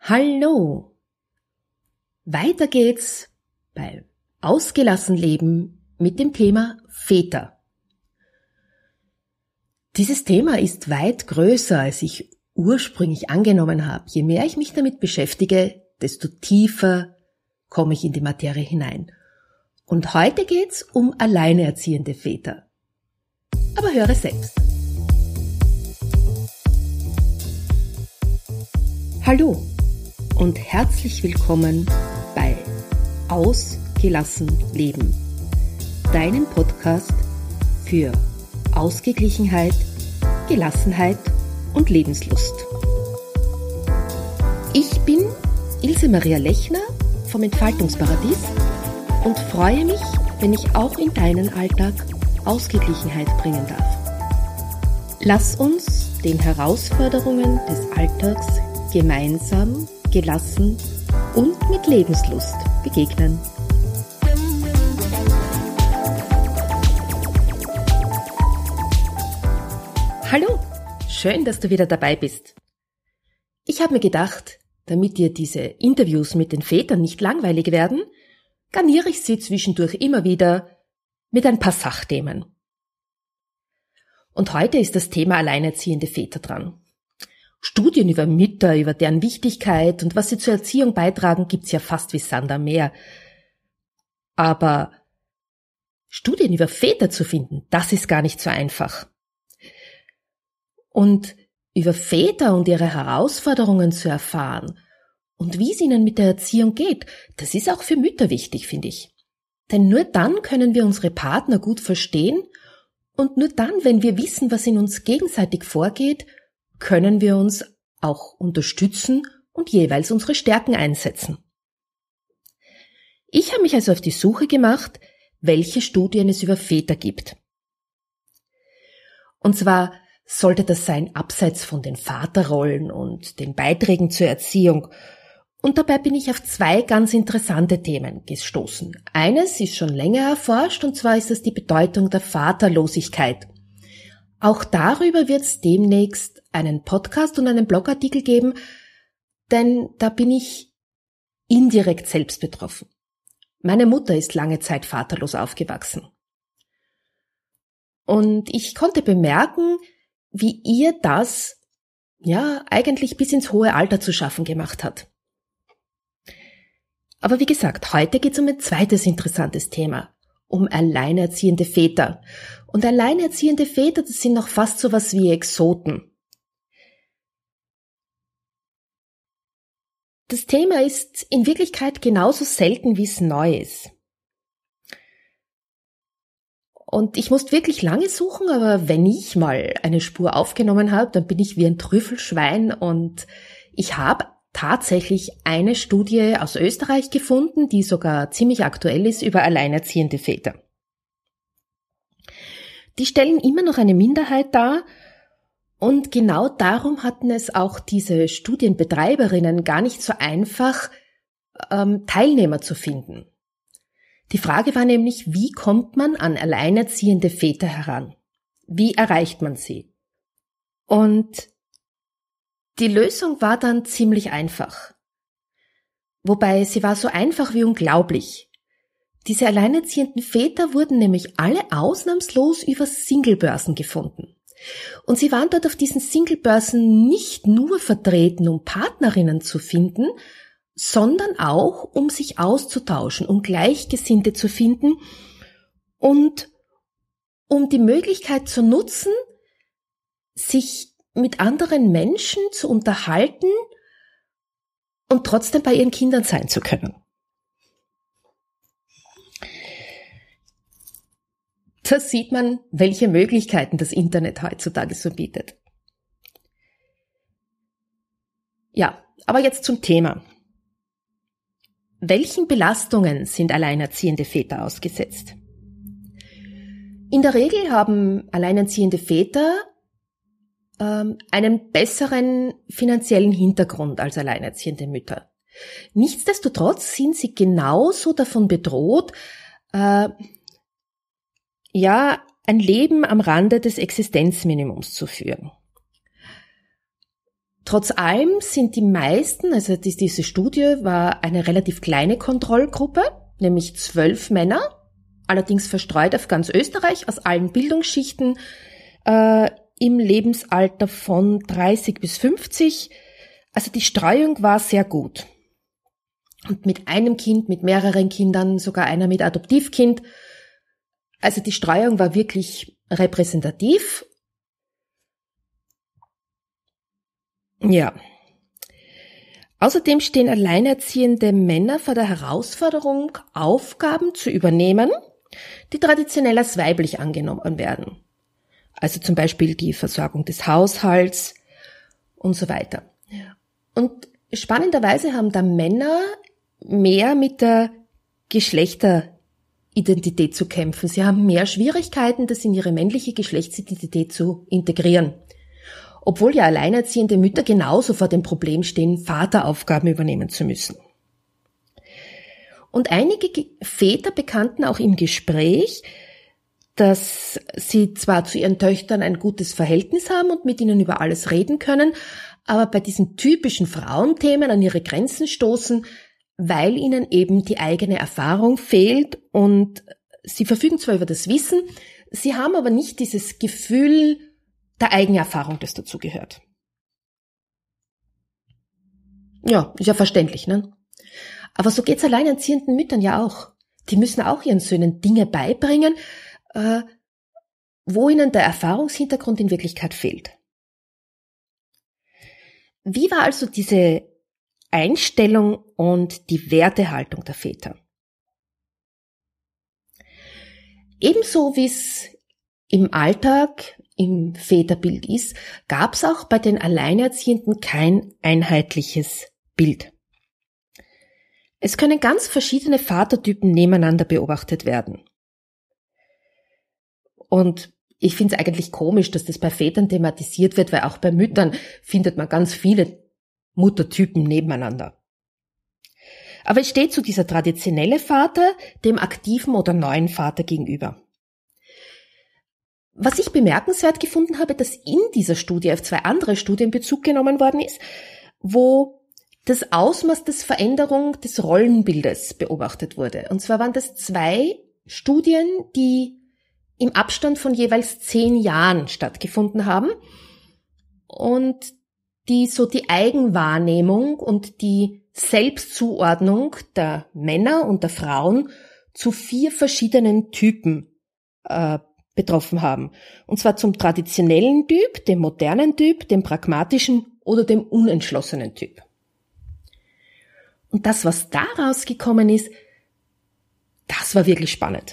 Hallo! Weiter geht's bei Ausgelassen Leben mit dem Thema Väter. Dieses Thema ist weit größer, als ich ursprünglich angenommen habe. Je mehr ich mich damit beschäftige, desto tiefer komme ich in die Materie hinein. Und heute geht's um alleinerziehende Väter. Aber höre selbst. Hallo und herzlich willkommen bei Ausgelassen Leben, deinem Podcast für Ausgeglichenheit, Gelassenheit und Lebenslust. Ich bin Ilse Maria Lechner vom Entfaltungsparadies und freue mich, wenn ich auch in deinen Alltag Ausgeglichenheit bringen darf. Lass uns den Herausforderungen des Alltags gemeinsam, gelassen und mit Lebenslust begegnen. Hallo, schön, dass du wieder dabei bist. Ich habe mir gedacht, damit dir diese Interviews mit den Vätern nicht langweilig werden, garniere ich sie zwischendurch immer wieder mit ein paar Sachthemen. Und heute ist das Thema alleinerziehende Väter dran. Studien über Mütter, über deren Wichtigkeit und was sie zur Erziehung beitragen, gibt's ja fast wie Sand am Meer. Aber Studien über Väter zu finden, das ist gar nicht so einfach. Und über Väter und ihre Herausforderungen zu erfahren und wie es ihnen mit der Erziehung geht, das ist auch für Mütter wichtig, finde ich. Denn nur dann können wir unsere Partner gut verstehen und nur dann, wenn wir wissen, was in uns gegenseitig vorgeht, können wir uns auch unterstützen und jeweils unsere Stärken einsetzen. Ich habe mich also auf die Suche gemacht, welche Studien es über Väter gibt. Und zwar sollte das sein abseits von den Vaterrollen und den Beiträgen zur Erziehung. Und dabei bin ich auf zwei ganz interessante Themen gestoßen. Eines ist schon länger erforscht, und zwar ist es die Bedeutung der Vaterlosigkeit. Auch darüber wird es demnächst einen Podcast und einen Blogartikel geben, denn da bin ich indirekt selbst betroffen. Meine Mutter ist lange Zeit vaterlos aufgewachsen. Und ich konnte bemerken, wie ihr das eigentlich bis ins hohe Alter zu schaffen gemacht hat. Aber wie gesagt, heute geht es um ein zweites interessantes Thema, um alleinerziehende Väter. Und alleinerziehende Väter, das sind noch fast so was wie Exoten. Das Thema ist in Wirklichkeit genauso selten, wie es neu ist. Und ich musste wirklich lange suchen, aber wenn ich mal eine Spur aufgenommen habe, dann bin ich wie ein Trüffelschwein und ich habe tatsächlich eine Studie aus Österreich gefunden, die sogar ziemlich aktuell ist, über alleinerziehende Väter. Die stellen immer noch eine Minderheit dar und genau darum hatten es auch diese Studienbetreiberinnen gar nicht so einfach, Teilnehmer zu finden. Die Frage war nämlich, wie kommt man an alleinerziehende Väter heran? Wie erreicht man sie? Und die Lösung war dann ziemlich einfach. Wobei sie war so einfach wie unglaublich. Diese alleinerziehenden Väter wurden nämlich alle ausnahmslos über Singlebörsen gefunden. Und sie waren dort auf diesen Singlebörsen nicht nur vertreten, um Partnerinnen zu finden, sondern auch, um sich auszutauschen, um Gleichgesinnte zu finden und um die Möglichkeit zu nutzen, sich mit anderen Menschen zu unterhalten und trotzdem bei ihren Kindern sein zu können. Da sieht man, welche Möglichkeiten das Internet heutzutage so bietet. Ja, aber jetzt zum Thema. Welchen Belastungen sind alleinerziehende Väter ausgesetzt? In der Regel haben alleinerziehende Väter einen besseren finanziellen Hintergrund als alleinerziehende Mütter. Nichtsdestotrotz sind sie genauso davon bedroht, ein Leben am Rande des Existenzminimums zu führen. Trotz allem sind die meisten, also diese Studie war eine relativ kleine Kontrollgruppe, nämlich 12 Männer, allerdings verstreut auf ganz Österreich, aus allen Bildungsschichten, im Lebensalter von 30 bis 50. Also die Streuung war sehr gut. Und mit einem Kind, mit mehreren Kindern, sogar einer mit Adoptivkind. Also die Streuung war wirklich repräsentativ. Ja. Außerdem stehen alleinerziehende Männer vor der Herausforderung, Aufgaben zu übernehmen, die traditionell als weiblich angenommen werden. Also zum Beispiel die Versorgung des Haushalts und so weiter. Und spannenderweise haben da Männer mehr mit der Geschlechteridentität zu kämpfen. Sie haben mehr Schwierigkeiten, das in ihre männliche Geschlechtsidentität zu integrieren. Obwohl ja alleinerziehende Mütter genauso vor dem Problem stehen, Vateraufgaben übernehmen zu müssen. Und einige Väter bekannten auch im Gespräch, dass sie zwar zu ihren Töchtern ein gutes Verhältnis haben und mit ihnen über alles reden können, aber bei diesen typischen Frauenthemen an ihre Grenzen stoßen, weil ihnen eben die eigene Erfahrung fehlt und sie verfügen zwar über das Wissen, sie haben aber nicht dieses Gefühl der Eigenerfahrung, das dazugehört. Ja, ist ja verständlich, ne? Aber so geht's alleinerziehenden Müttern ja auch. Die müssen auch ihren Söhnen Dinge beibringen, wo ihnen der Erfahrungshintergrund in Wirklichkeit fehlt. Wie war also diese Einstellung und die Wertehaltung der Väter? Ebenso wie es im Alltag im Väterbild ist, gab es auch bei den Alleinerziehenden kein einheitliches Bild. Es können ganz verschiedene Vatertypen nebeneinander beobachtet werden. Und ich finde es eigentlich komisch, dass das bei Vätern thematisiert wird, weil auch bei Müttern findet man ganz viele Muttertypen nebeneinander. Aber es steht so dieser traditionelle Vater dem aktiven oder neuen Vater gegenüber. Was ich bemerkenswert gefunden habe, dass in dieser Studie auf 2 andere Studien Bezug genommen worden ist, wo das Ausmaß des Veränderung des Rollenbildes beobachtet wurde. Und zwar waren das 2 Studien, die im Abstand von jeweils 10 Jahren stattgefunden haben und die so die Eigenwahrnehmung und die Selbstzuordnung der Männer und der Frauen zu 4 verschiedenen Typen betroffen haben. Und zwar zum traditionellen Typ, dem modernen Typ, dem pragmatischen oder dem unentschlossenen Typ. Und das, was daraus gekommen ist, das war wirklich spannend.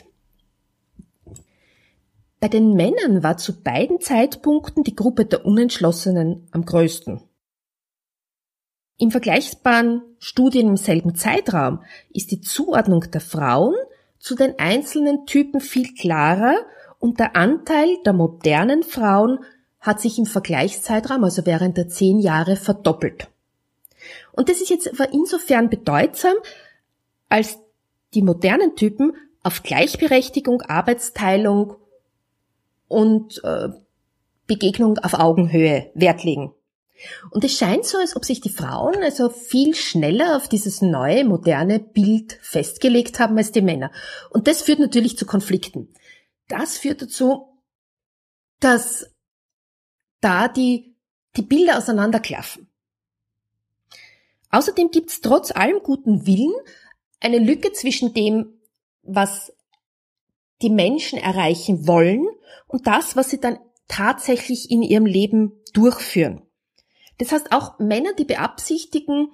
Bei den Männern war zu beiden Zeitpunkten die Gruppe der Unentschlossenen am größten. In vergleichbaren Studien im selben Zeitraum ist die Zuordnung der Frauen zu den einzelnen Typen viel klarer und der Anteil der modernen Frauen hat sich im Vergleichszeitraum, also während der 10 Jahre, verdoppelt. Und das ist jetzt aber insofern bedeutsam, als die modernen Typen auf Gleichberechtigung, Arbeitsteilung und Begegnung auf Augenhöhe Wert legen. Und es scheint so, als ob sich die Frauen also viel schneller auf dieses neue, moderne Bild festgelegt haben als die Männer. Und das führt natürlich zu Konflikten. Das führt dazu, dass da die Bilder auseinanderklaffen. Außerdem gibt es trotz allem guten Willen eine Lücke zwischen dem, was die Menschen erreichen wollen und das, was sie dann tatsächlich in ihrem Leben durchführen. Das heißt, auch Männer, die beabsichtigen,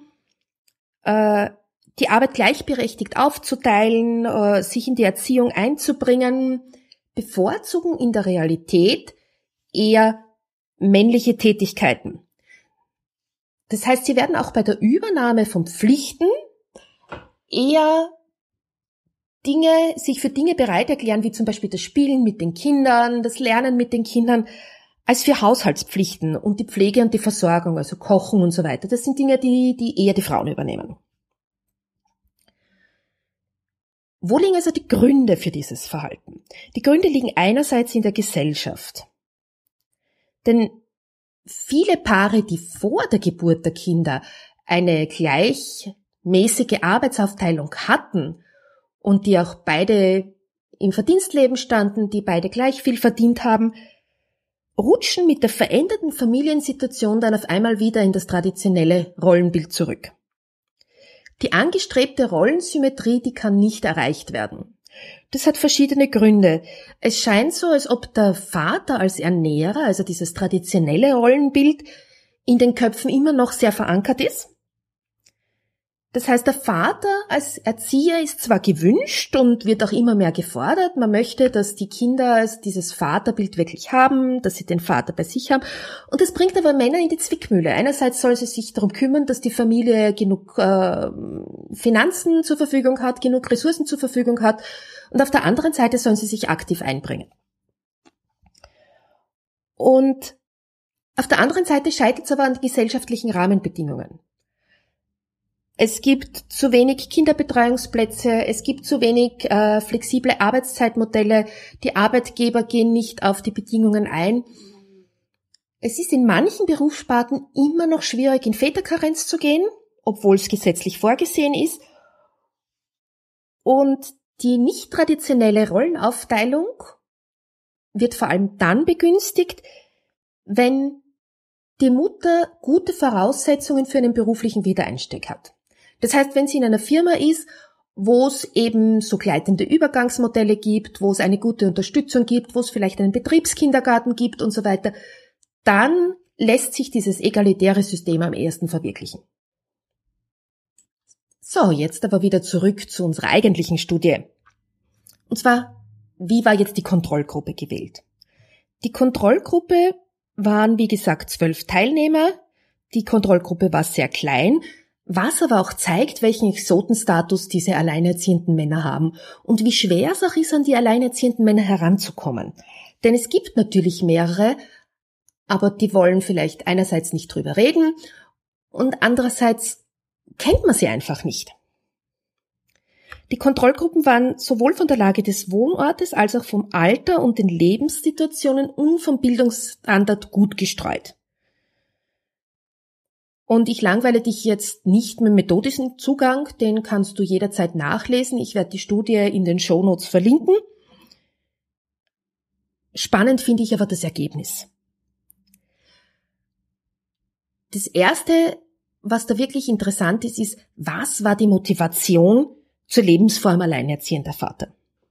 die Arbeit gleichberechtigt aufzuteilen, sich in die Erziehung einzubringen, bevorzugen in der Realität eher männliche Tätigkeiten. Das heißt, sie werden auch bei der Übernahme von Pflichten eher sich für Dinge bereit erklären, wie zum Beispiel das Spielen mit den Kindern, das Lernen mit den Kindern, als für Haushaltspflichten und die Pflege und die Versorgung, also Kochen und so weiter. Das sind Dinge, die eher die Frauen übernehmen. Wo liegen also die Gründe für dieses Verhalten? Die Gründe liegen einerseits in der Gesellschaft. Denn viele Paare, die vor der Geburt der Kinder eine gleichmäßige Arbeitsaufteilung hatten und die auch beide im Verdienstleben standen, die beide gleich viel verdient haben, rutschen mit der veränderten Familiensituation dann auf einmal wieder in das traditionelle Rollenbild zurück. Die angestrebte Rollensymmetrie, die kann nicht erreicht werden. Das hat verschiedene Gründe. Es scheint so, als ob der Vater als Ernährer, also dieses traditionelle Rollenbild, in den Köpfen immer noch sehr verankert ist. Das heißt, der Vater als Erzieher ist zwar gewünscht und wird auch immer mehr gefordert. Man möchte, dass die Kinder dieses Vaterbild wirklich haben, dass sie den Vater bei sich haben. Und das bringt aber Männer in die Zwickmühle. Einerseits soll sie sich darum kümmern, dass die Familie genug Finanzen zur Verfügung hat, genug Ressourcen zur Verfügung hat. Und auf der anderen Seite sollen sie sich aktiv einbringen. Und auf der anderen Seite scheitert es aber an gesellschaftlichen Rahmenbedingungen. Es gibt zu wenig Kinderbetreuungsplätze, es gibt zu wenig flexible Arbeitszeitmodelle, die Arbeitgeber gehen nicht auf die Bedingungen ein. Es ist in manchen Berufssparten immer noch schwierig, in Väterkarenz zu gehen, obwohl es gesetzlich vorgesehen ist. Und die nicht traditionelle Rollenaufteilung wird vor allem dann begünstigt, wenn die Mutter gute Voraussetzungen für einen beruflichen Wiedereinstieg hat. Das heißt, wenn sie in einer Firma ist, wo es eben so gleitende Übergangsmodelle gibt, wo es eine gute Unterstützung gibt, wo es vielleicht einen Betriebskindergarten gibt und so weiter, dann lässt sich dieses egalitäre System am ehesten verwirklichen. So, jetzt aber wieder zurück zu unserer eigentlichen Studie. Und zwar, wie war jetzt die Kontrollgruppe gewählt? Die Kontrollgruppe waren, wie gesagt, 12 Teilnehmer. Die Kontrollgruppe war sehr klein, was aber auch zeigt, welchen Exotenstatus diese alleinerziehenden Männer haben und wie schwer es auch ist, an die alleinerziehenden Männer heranzukommen. Denn es gibt natürlich mehrere, aber die wollen vielleicht einerseits nicht drüber reden und andererseits kennt man sie einfach nicht. Die Kontrollgruppen waren sowohl von der Lage des Wohnortes als auch vom Alter und den Lebenssituationen und vom Bildungsstandard gut gestreut. Und ich langweile dich jetzt nicht mit dem methodischen Zugang, den kannst du jederzeit nachlesen. Ich werde die Studie in den Shownotes verlinken. Spannend finde ich aber das Ergebnis. Das Erste, was da wirklich interessant ist, ist, was war die Motivation zur Lebensform alleinerziehender Vater?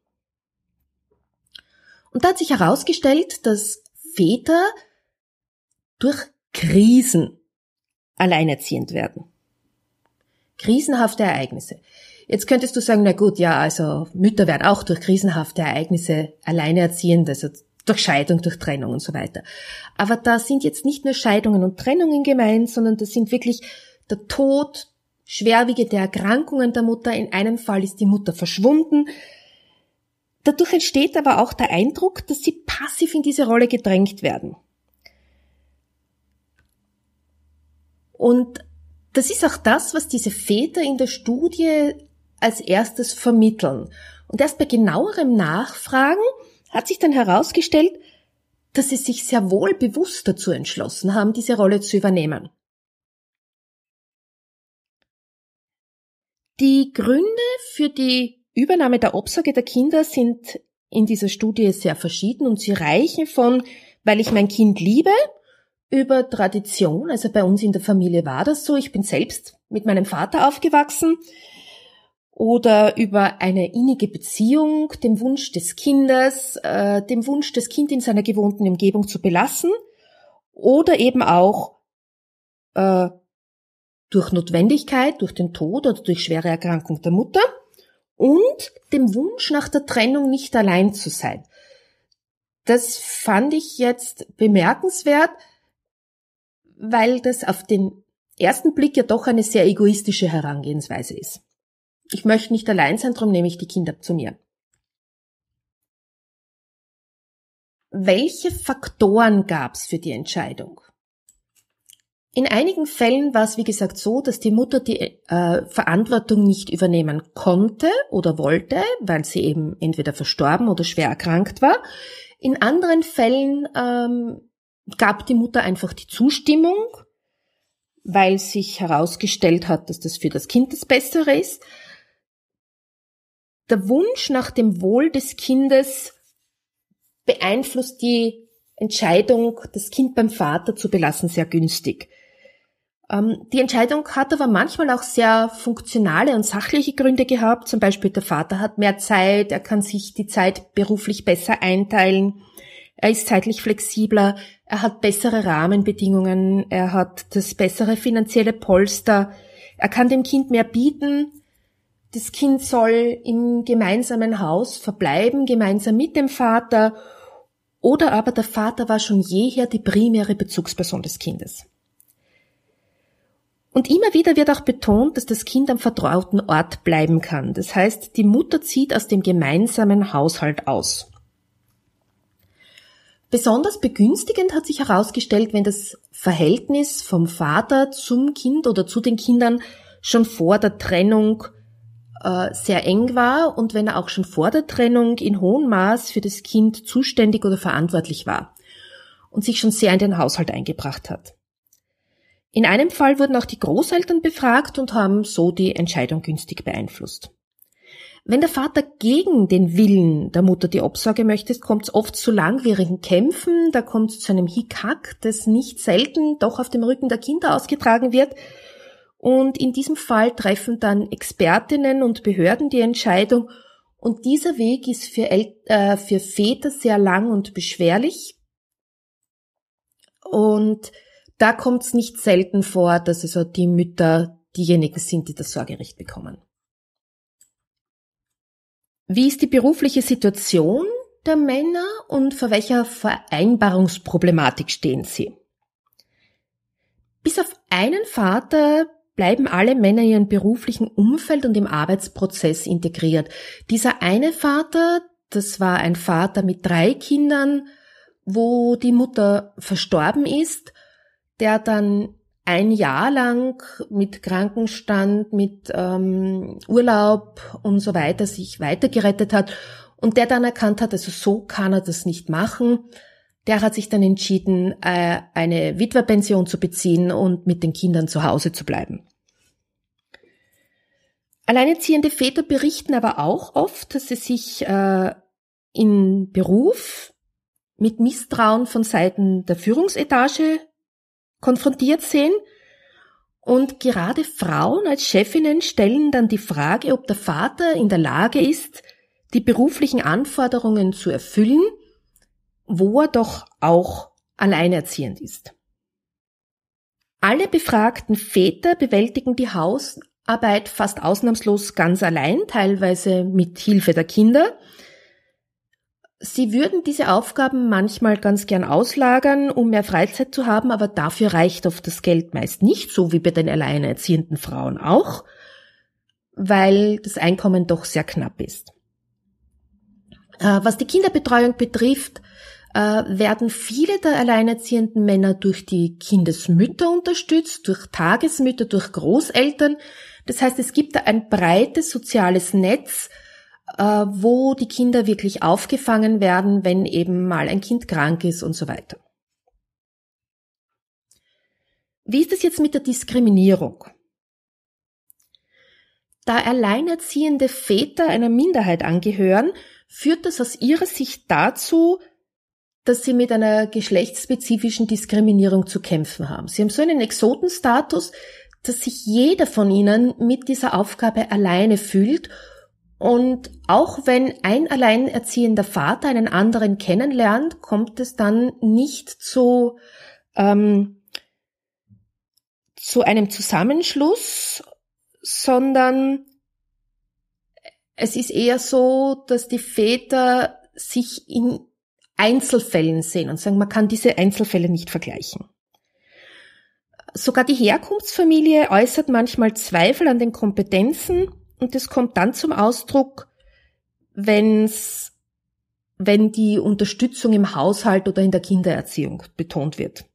Und da hat sich herausgestellt, dass Väter durch Krisen alleinerziehend werden. Krisenhafte Ereignisse. Jetzt könntest du sagen, na gut, ja, also Mütter werden auch durch krisenhafte Ereignisse alleinerziehend, also durch Scheidung, durch Trennung und so weiter. Aber da sind jetzt nicht nur Scheidungen und Trennungen gemeint, sondern das sind wirklich der Tod, schwerwiegende Erkrankungen der Mutter. In einem Fall ist die Mutter verschwunden. Dadurch entsteht aber auch der Eindruck, dass sie passiv in diese Rolle gedrängt werden. Und das ist auch das, was diese Väter in der Studie als erstes vermitteln. Und erst bei genauerem Nachfragen hat sich dann herausgestellt, dass sie sich sehr wohl bewusst dazu entschlossen haben, diese Rolle zu übernehmen. Die Gründe für die Übernahme der Obsorge der Kinder sind in dieser Studie sehr verschieden und sie reichen von, weil ich mein Kind liebe, über Tradition, also bei uns in der Familie war das so, ich bin selbst mit meinem Vater aufgewachsen, oder über eine innige Beziehung, dem Wunsch des Kindes, dem Wunsch, das Kind in seiner gewohnten Umgebung zu belassen, oder eben auch durch Notwendigkeit, durch den Tod oder durch schwere Erkrankung der Mutter und dem Wunsch nach der Trennung nicht allein zu sein. Das fand ich jetzt bemerkenswert, weil das auf den ersten Blick ja doch eine sehr egoistische Herangehensweise ist. Ich möchte nicht allein sein, darum nehme ich die Kinder zu mir. Welche Faktoren gab es für die Entscheidung? In einigen Fällen war es, wie gesagt, so, dass die Mutter die Verantwortung nicht übernehmen konnte oder wollte, weil sie eben entweder verstorben oder schwer erkrankt war. In anderen Fällen gab die Mutter einfach die Zustimmung, weil sich herausgestellt hat, dass das für das Kind das Bessere ist. Der Wunsch nach dem Wohl des Kindes beeinflusst die Entscheidung, das Kind beim Vater zu belassen, sehr günstig. Die Entscheidung hat aber manchmal auch sehr funktionale und sachliche Gründe gehabt. Zum Beispiel der Vater hat mehr Zeit, er kann sich die Zeit beruflich besser einteilen, er ist zeitlich flexibler, er hat bessere Rahmenbedingungen, er hat das bessere finanzielle Polster, er kann dem Kind mehr bieten. Das Kind soll im gemeinsamen Haus verbleiben, gemeinsam mit dem Vater, oder aber der Vater war schon jeher die primäre Bezugsperson des Kindes. Und immer wieder wird auch betont, dass das Kind am vertrauten Ort bleiben kann. Das heißt, die Mutter zieht aus dem gemeinsamen Haushalt aus. Besonders begünstigend hat sich herausgestellt, wenn das Verhältnis vom Vater zum Kind oder zu den Kindern schon vor der Trennung sehr eng war und wenn er auch schon vor der Trennung in hohem Maß für das Kind zuständig oder verantwortlich war und sich schon sehr in den Haushalt eingebracht hat. In einem Fall wurden auch die Großeltern befragt und haben so die Entscheidung günstig beeinflusst. Wenn der Vater gegen den Willen der Mutter die Obsorge möchte, kommt es oft zu langwierigen Kämpfen, da kommt es zu einem Hickhack, das nicht selten doch auf dem Rücken der Kinder ausgetragen wird. Und in diesem Fall treffen dann Expertinnen und Behörden die Entscheidung. Und dieser Weg ist für Väter sehr lang und beschwerlich. Und da kommt es nicht selten vor, dass also die Mütter diejenigen sind, die das Sorgerecht bekommen. Wie ist die berufliche Situation der Männer und vor welcher Vereinbarungsproblematik stehen sie? Bis auf einen Vater bleiben alle Männer in ihrem beruflichen Umfeld und im Arbeitsprozess integriert. Dieser eine Vater, das war ein Vater mit 3 Kindern, wo die Mutter verstorben ist, der dann ein Jahr lang mit Krankenstand, mit Urlaub und so weiter sich weitergerettet hat und der dann erkannt hat, also so kann er das nicht machen. Der hat sich dann entschieden, eine Witwerpension zu beziehen und mit den Kindern zu Hause zu bleiben. Alleinerziehende Väter berichten aber auch oft, dass sie sich im Beruf mit Misstrauen von Seiten der Führungsetage konfrontiert sehen. Und gerade Frauen als Chefinnen stellen dann die Frage, ob der Vater in der Lage ist, die beruflichen Anforderungen zu erfüllen, wo er doch auch alleinerziehend ist. Alle befragten Väter bewältigen die Hausarbeit fast ausnahmslos ganz allein, teilweise mit Hilfe der Kinder. Sie würden diese Aufgaben manchmal ganz gern auslagern, um mehr Freizeit zu haben, aber dafür reicht oft das Geld meist nicht, so wie bei den alleinerziehenden Frauen auch, weil das Einkommen doch sehr knapp ist. Was die Kinderbetreuung betrifft, werden viele der alleinerziehenden Männer durch die Kindesmütter unterstützt, durch Tagesmütter, durch Großeltern. Das heißt, es gibt da ein breites soziales Netz, wo die Kinder wirklich aufgefangen werden, wenn eben mal ein Kind krank ist und so weiter. Wie ist es jetzt mit der Diskriminierung? Da alleinerziehende Väter einer Minderheit angehören, führt das aus ihrer Sicht dazu, dass sie mit einer geschlechtsspezifischen Diskriminierung zu kämpfen haben. Sie haben so einen Exotenstatus, dass sich jeder von ihnen mit dieser Aufgabe alleine fühlt. Und auch wenn ein alleinerziehender Vater einen anderen kennenlernt, kommt es dann nicht zu einem Zusammenschluss, sondern es ist eher so, dass die Väter sich in Einzelfällen sehen und sagen, man kann diese Einzelfälle nicht vergleichen. Sogar die Herkunftsfamilie äußert manchmal Zweifel an den Kompetenzen und das kommt dann zum Ausdruck, wenn die Unterstützung im Haushalt oder in der Kindererziehung betont wird.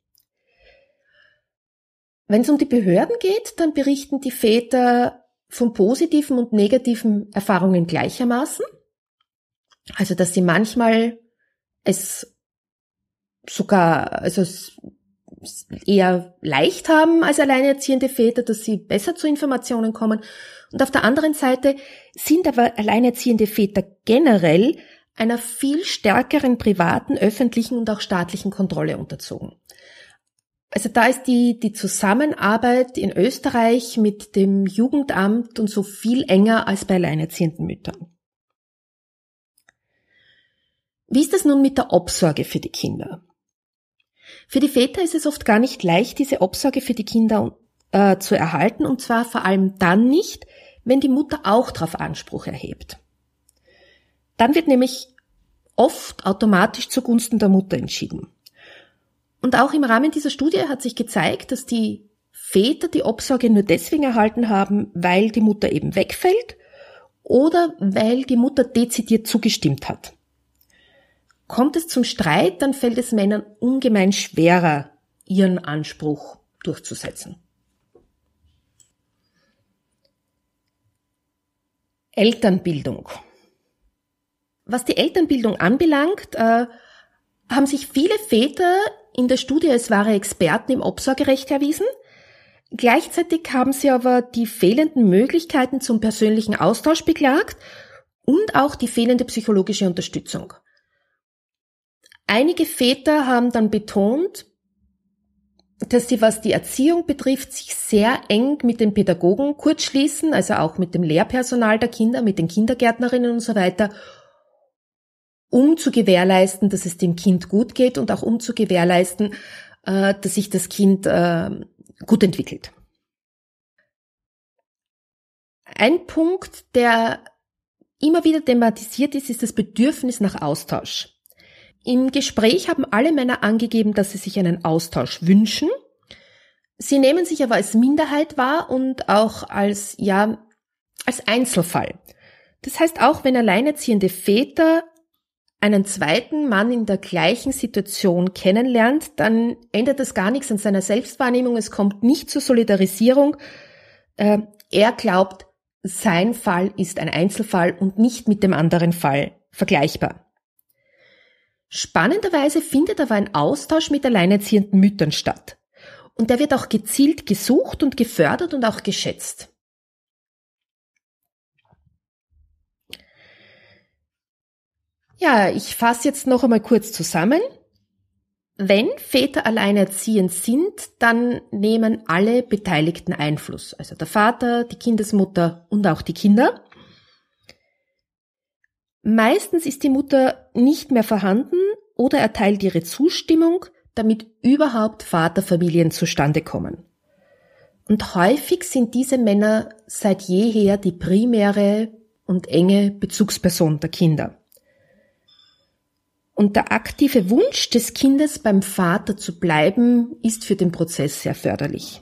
Wenn es um die Behörden geht, dann berichten die Väter von positiven und negativen Erfahrungen gleichermaßen. Also, dass sie manchmal es sogar eher leicht haben als alleinerziehende Väter, dass sie besser zu Informationen kommen. Und auf der anderen Seite sind aber alleinerziehende Väter generell einer viel stärkeren privaten, öffentlichen und auch staatlichen Kontrolle unterzogen. Also da ist die Zusammenarbeit in Österreich mit dem Jugendamt und so viel enger als bei alleinerziehenden Müttern. Wie ist es nun mit der Obsorge für die Kinder? Für die Väter ist es oft gar nicht leicht, diese Obsorge für die Kinder zu erhalten, und zwar vor allem dann nicht, wenn die Mutter auch darauf Anspruch erhebt. Dann wird nämlich oft automatisch zugunsten der Mutter entschieden. Und auch im Rahmen dieser Studie hat sich gezeigt, dass die Väter die Obsorge nur deswegen erhalten haben, weil die Mutter eben wegfällt oder weil die Mutter dezidiert zugestimmt hat. Kommt es zum Streit, dann fällt es Männern ungemein schwerer, ihren Anspruch durchzusetzen. Elternbildung. Was die Elternbildung anbelangt, haben sich viele Väter in der Studie als wahre Experten im Obsorgerecht erwiesen. Gleichzeitig haben sie aber die fehlenden Möglichkeiten zum persönlichen Austausch beklagt und auch die fehlende psychologische Unterstützung. Einige Väter haben dann betont, dass sie, was die Erziehung betrifft, sich sehr eng mit den Pädagogen kurzschließen, also auch mit dem Lehrpersonal der Kinder, mit den Kindergärtnerinnen und so weiter, um zu gewährleisten, dass es dem Kind gut geht und auch um zu gewährleisten, dass sich das Kind gut entwickelt. Ein Punkt, der immer wieder thematisiert ist, ist das Bedürfnis nach Austausch. Im Gespräch haben alle Männer angegeben, dass sie sich einen Austausch wünschen. Sie nehmen sich aber als Minderheit wahr und auch als Einzelfall. Das heißt, auch wenn alleinerziehende Väter einen zweiten Mann in der gleichen Situation kennenlernt, dann ändert das gar nichts an seiner Selbstwahrnehmung. Es kommt nicht zur Solidarisierung. Er glaubt, sein Fall ist ein Einzelfall und nicht mit dem anderen Fall vergleichbar. Spannenderweise findet aber ein Austausch mit alleinerziehenden Müttern statt. Und der wird auch gezielt gesucht und gefördert und auch geschätzt. Ja, ich fasse jetzt noch einmal kurz zusammen. Wenn Väter alleinerziehend sind, dann nehmen alle Beteiligten Einfluss. Also der Vater, die Kindesmutter und auch die Kinder. Meistens ist die Mutter nicht mehr vorhanden oder erteilt ihre Zustimmung, damit überhaupt Vaterfamilien zustande kommen. Und häufig sind diese Männer seit jeher die primäre und enge Bezugsperson der Kinder. Und der aktive Wunsch des Kindes, beim Vater zu bleiben, ist für den Prozess sehr förderlich.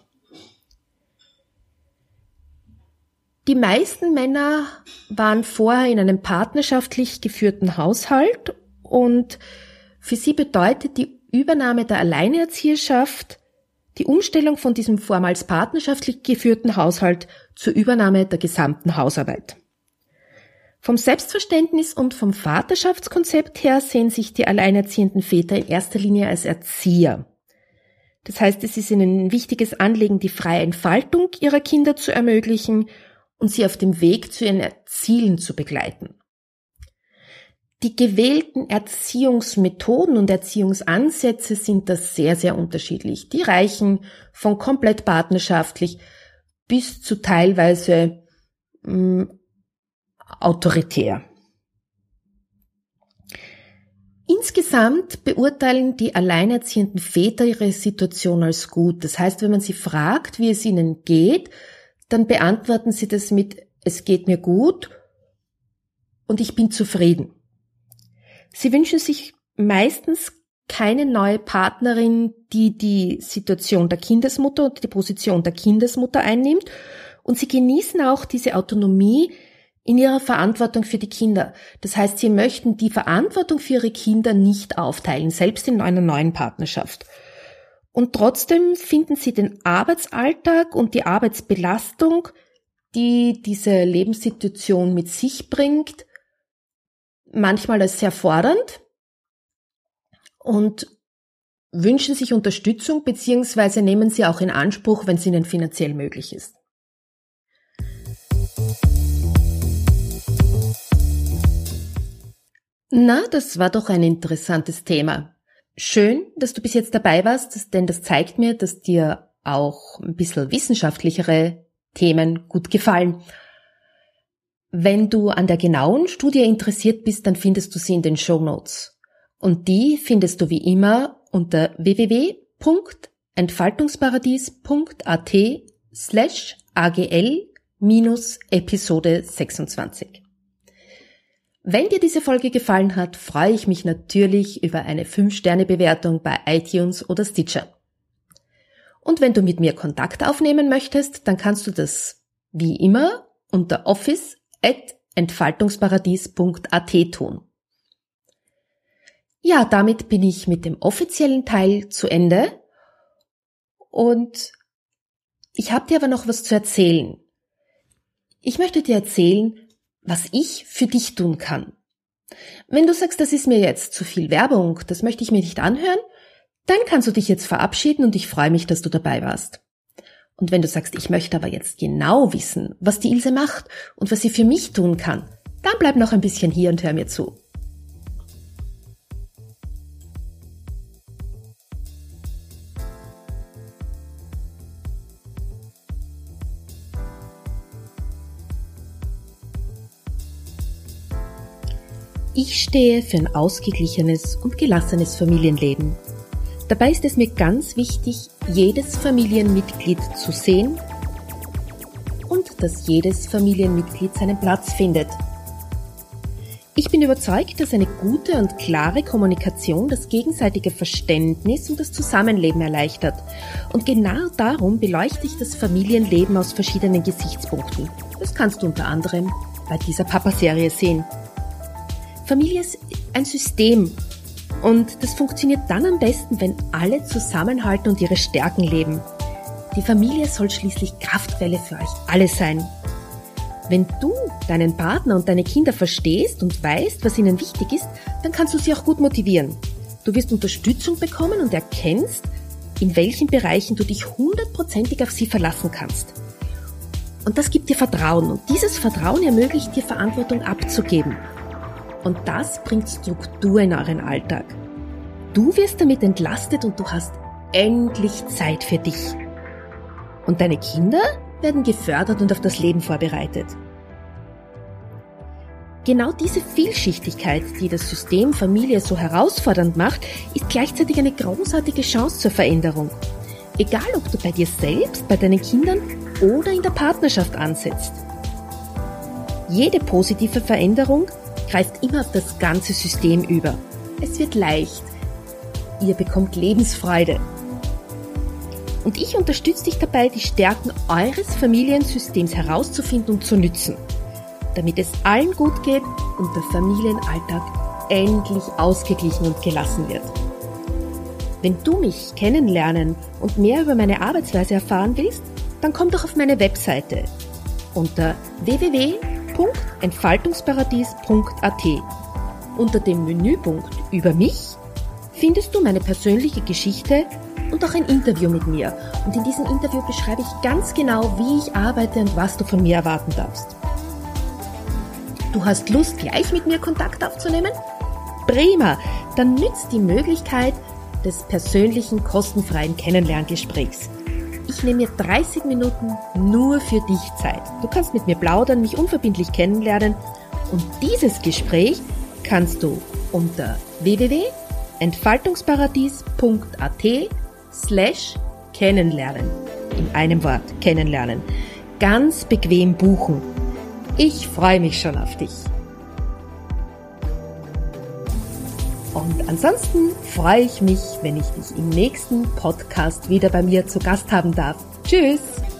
Die meisten Männer waren vorher in einem partnerschaftlich geführten Haushalt und für sie bedeutet die Übernahme der Alleinerzieherschaft die Umstellung von diesem vormals partnerschaftlich geführten Haushalt zur Übernahme der gesamten Hausarbeit. Vom Selbstverständnis und vom Vaterschaftskonzept her sehen sich die alleinerziehenden Väter in erster Linie als Erzieher. Das heißt, es ist ihnen ein wichtiges Anliegen, die freie Entfaltung ihrer Kinder zu ermöglichen und sie auf dem Weg zu ihren Zielen zu begleiten. Die gewählten Erziehungsmethoden und Erziehungsansätze sind da sehr, sehr unterschiedlich. Die reichen von komplett partnerschaftlich bis zu teilweise autoritär. Insgesamt beurteilen die alleinerziehenden Väter ihre Situation als gut. Das heißt, wenn man sie fragt, wie es ihnen geht, dann beantworten sie das mit: Es geht mir gut und ich bin zufrieden. Sie wünschen sich meistens keine neue Partnerin, die die Situation der Kindesmutter und die Position der Kindesmutter einnimmt, und sie genießen auch diese Autonomie in ihrer Verantwortung für die Kinder. Das heißt, sie möchten die Verantwortung für ihre Kinder nicht aufteilen, selbst in einer neuen Partnerschaft. Und trotzdem finden sie den Arbeitsalltag und die Arbeitsbelastung, die diese Lebenssituation mit sich bringt, manchmal als sehr fordernd. Und wünschen sich Unterstützung bzw. nehmen sie auch in Anspruch, wenn es ihnen finanziell möglich ist. Na, das war doch ein interessantes Thema. Schön, dass du bis jetzt dabei warst, denn das zeigt mir, dass dir auch ein bisschen wissenschaftlichere Themen gut gefallen. Wenn du an der genauen Studie interessiert bist, dann findest du sie in den Shownotes. Und die findest du wie immer unter www.entfaltungsparadies.at/agl-Episode 26. Wenn dir diese Folge gefallen hat, freue ich mich natürlich über eine 5-Sterne-Bewertung bei iTunes oder Stitcher. Und wenn du mit mir Kontakt aufnehmen möchtest, dann kannst du das wie immer unter office@entfaltungsparadies.at tun. Ja, damit bin ich mit dem offiziellen Teil zu Ende und ich habe dir aber noch was zu erzählen. Ich möchte dir erzählen, was ich für dich tun kann. Wenn du sagst, das ist mir jetzt zu viel Werbung, das möchte ich mir nicht anhören, dann kannst du dich jetzt verabschieden und ich freue mich, dass du dabei warst. Und wenn du sagst, ich möchte aber jetzt genau wissen, was die Ilse macht und was sie für mich tun kann, dann bleib noch ein bisschen hier und hör mir zu. Ich stehe für ein ausgeglichenes und gelassenes Familienleben. Dabei ist es mir ganz wichtig, jedes Familienmitglied zu sehen und dass jedes Familienmitglied seinen Platz findet. Ich bin überzeugt, dass eine gute und klare Kommunikation das gegenseitige Verständnis und das Zusammenleben erleichtert. Und genau darum beleuchte ich das Familienleben aus verschiedenen Gesichtspunkten. Das kannst du unter anderem bei dieser Papa-Serie sehen. Familie ist ein System und das funktioniert dann am besten, wenn alle zusammenhalten und ihre Stärken leben. Die Familie soll schließlich Kraftquelle für euch alle sein. Wenn du deinen Partner und deine Kinder verstehst und weißt, was ihnen wichtig ist, dann kannst du sie auch gut motivieren. Du wirst Unterstützung bekommen und erkennst, in welchen Bereichen du dich 100%ig auf sie verlassen kannst. Und das gibt dir Vertrauen und dieses Vertrauen ermöglicht dir, Verantwortung abzugeben. Und das bringt Struktur in euren Alltag. Du wirst damit entlastet und du hast endlich Zeit für dich. Und deine Kinder werden gefördert und auf das Leben vorbereitet. Genau diese Vielschichtigkeit, die das System Familie so herausfordernd macht, ist gleichzeitig eine großartige Chance zur Veränderung. Egal, ob du bei dir selbst, bei deinen Kindern oder in der Partnerschaft ansetzt. Jede positive Veränderung greift immer auf das ganze System über. Es wird leicht. Ihr bekommt Lebensfreude. Und ich unterstütze dich dabei, die Stärken eures Familiensystems herauszufinden und zu nützen, damit es allen gut geht und der Familienalltag endlich ausgeglichen und gelassen wird. Wenn du mich kennenlernen und mehr über meine Arbeitsweise erfahren willst, dann komm doch auf meine Webseite unter www.entfaltungsparadies.at. Unter dem Menüpunkt Über mich findest du meine persönliche Geschichte und auch ein Interview mit mir. Und in diesem Interview beschreibe ich ganz genau, wie ich arbeite und was du von mir erwarten darfst. Du hast Lust, gleich mit mir Kontakt aufzunehmen? Prima! Dann nützt die Möglichkeit des persönlichen, kostenfreien Kennenlerngesprächs. Ich nehme mir 30 Minuten nur für dich Zeit. Du kannst mit mir plaudern, mich unverbindlich kennenlernen und dieses Gespräch kannst du unter www.entfaltungsparadies.at/kennenlernen in einem Wort kennenlernen ganz bequem buchen. Ich freue mich schon auf dich. Und ansonsten freue ich mich, wenn ich dich im nächsten Podcast wieder bei mir zu Gast haben darf. Tschüss!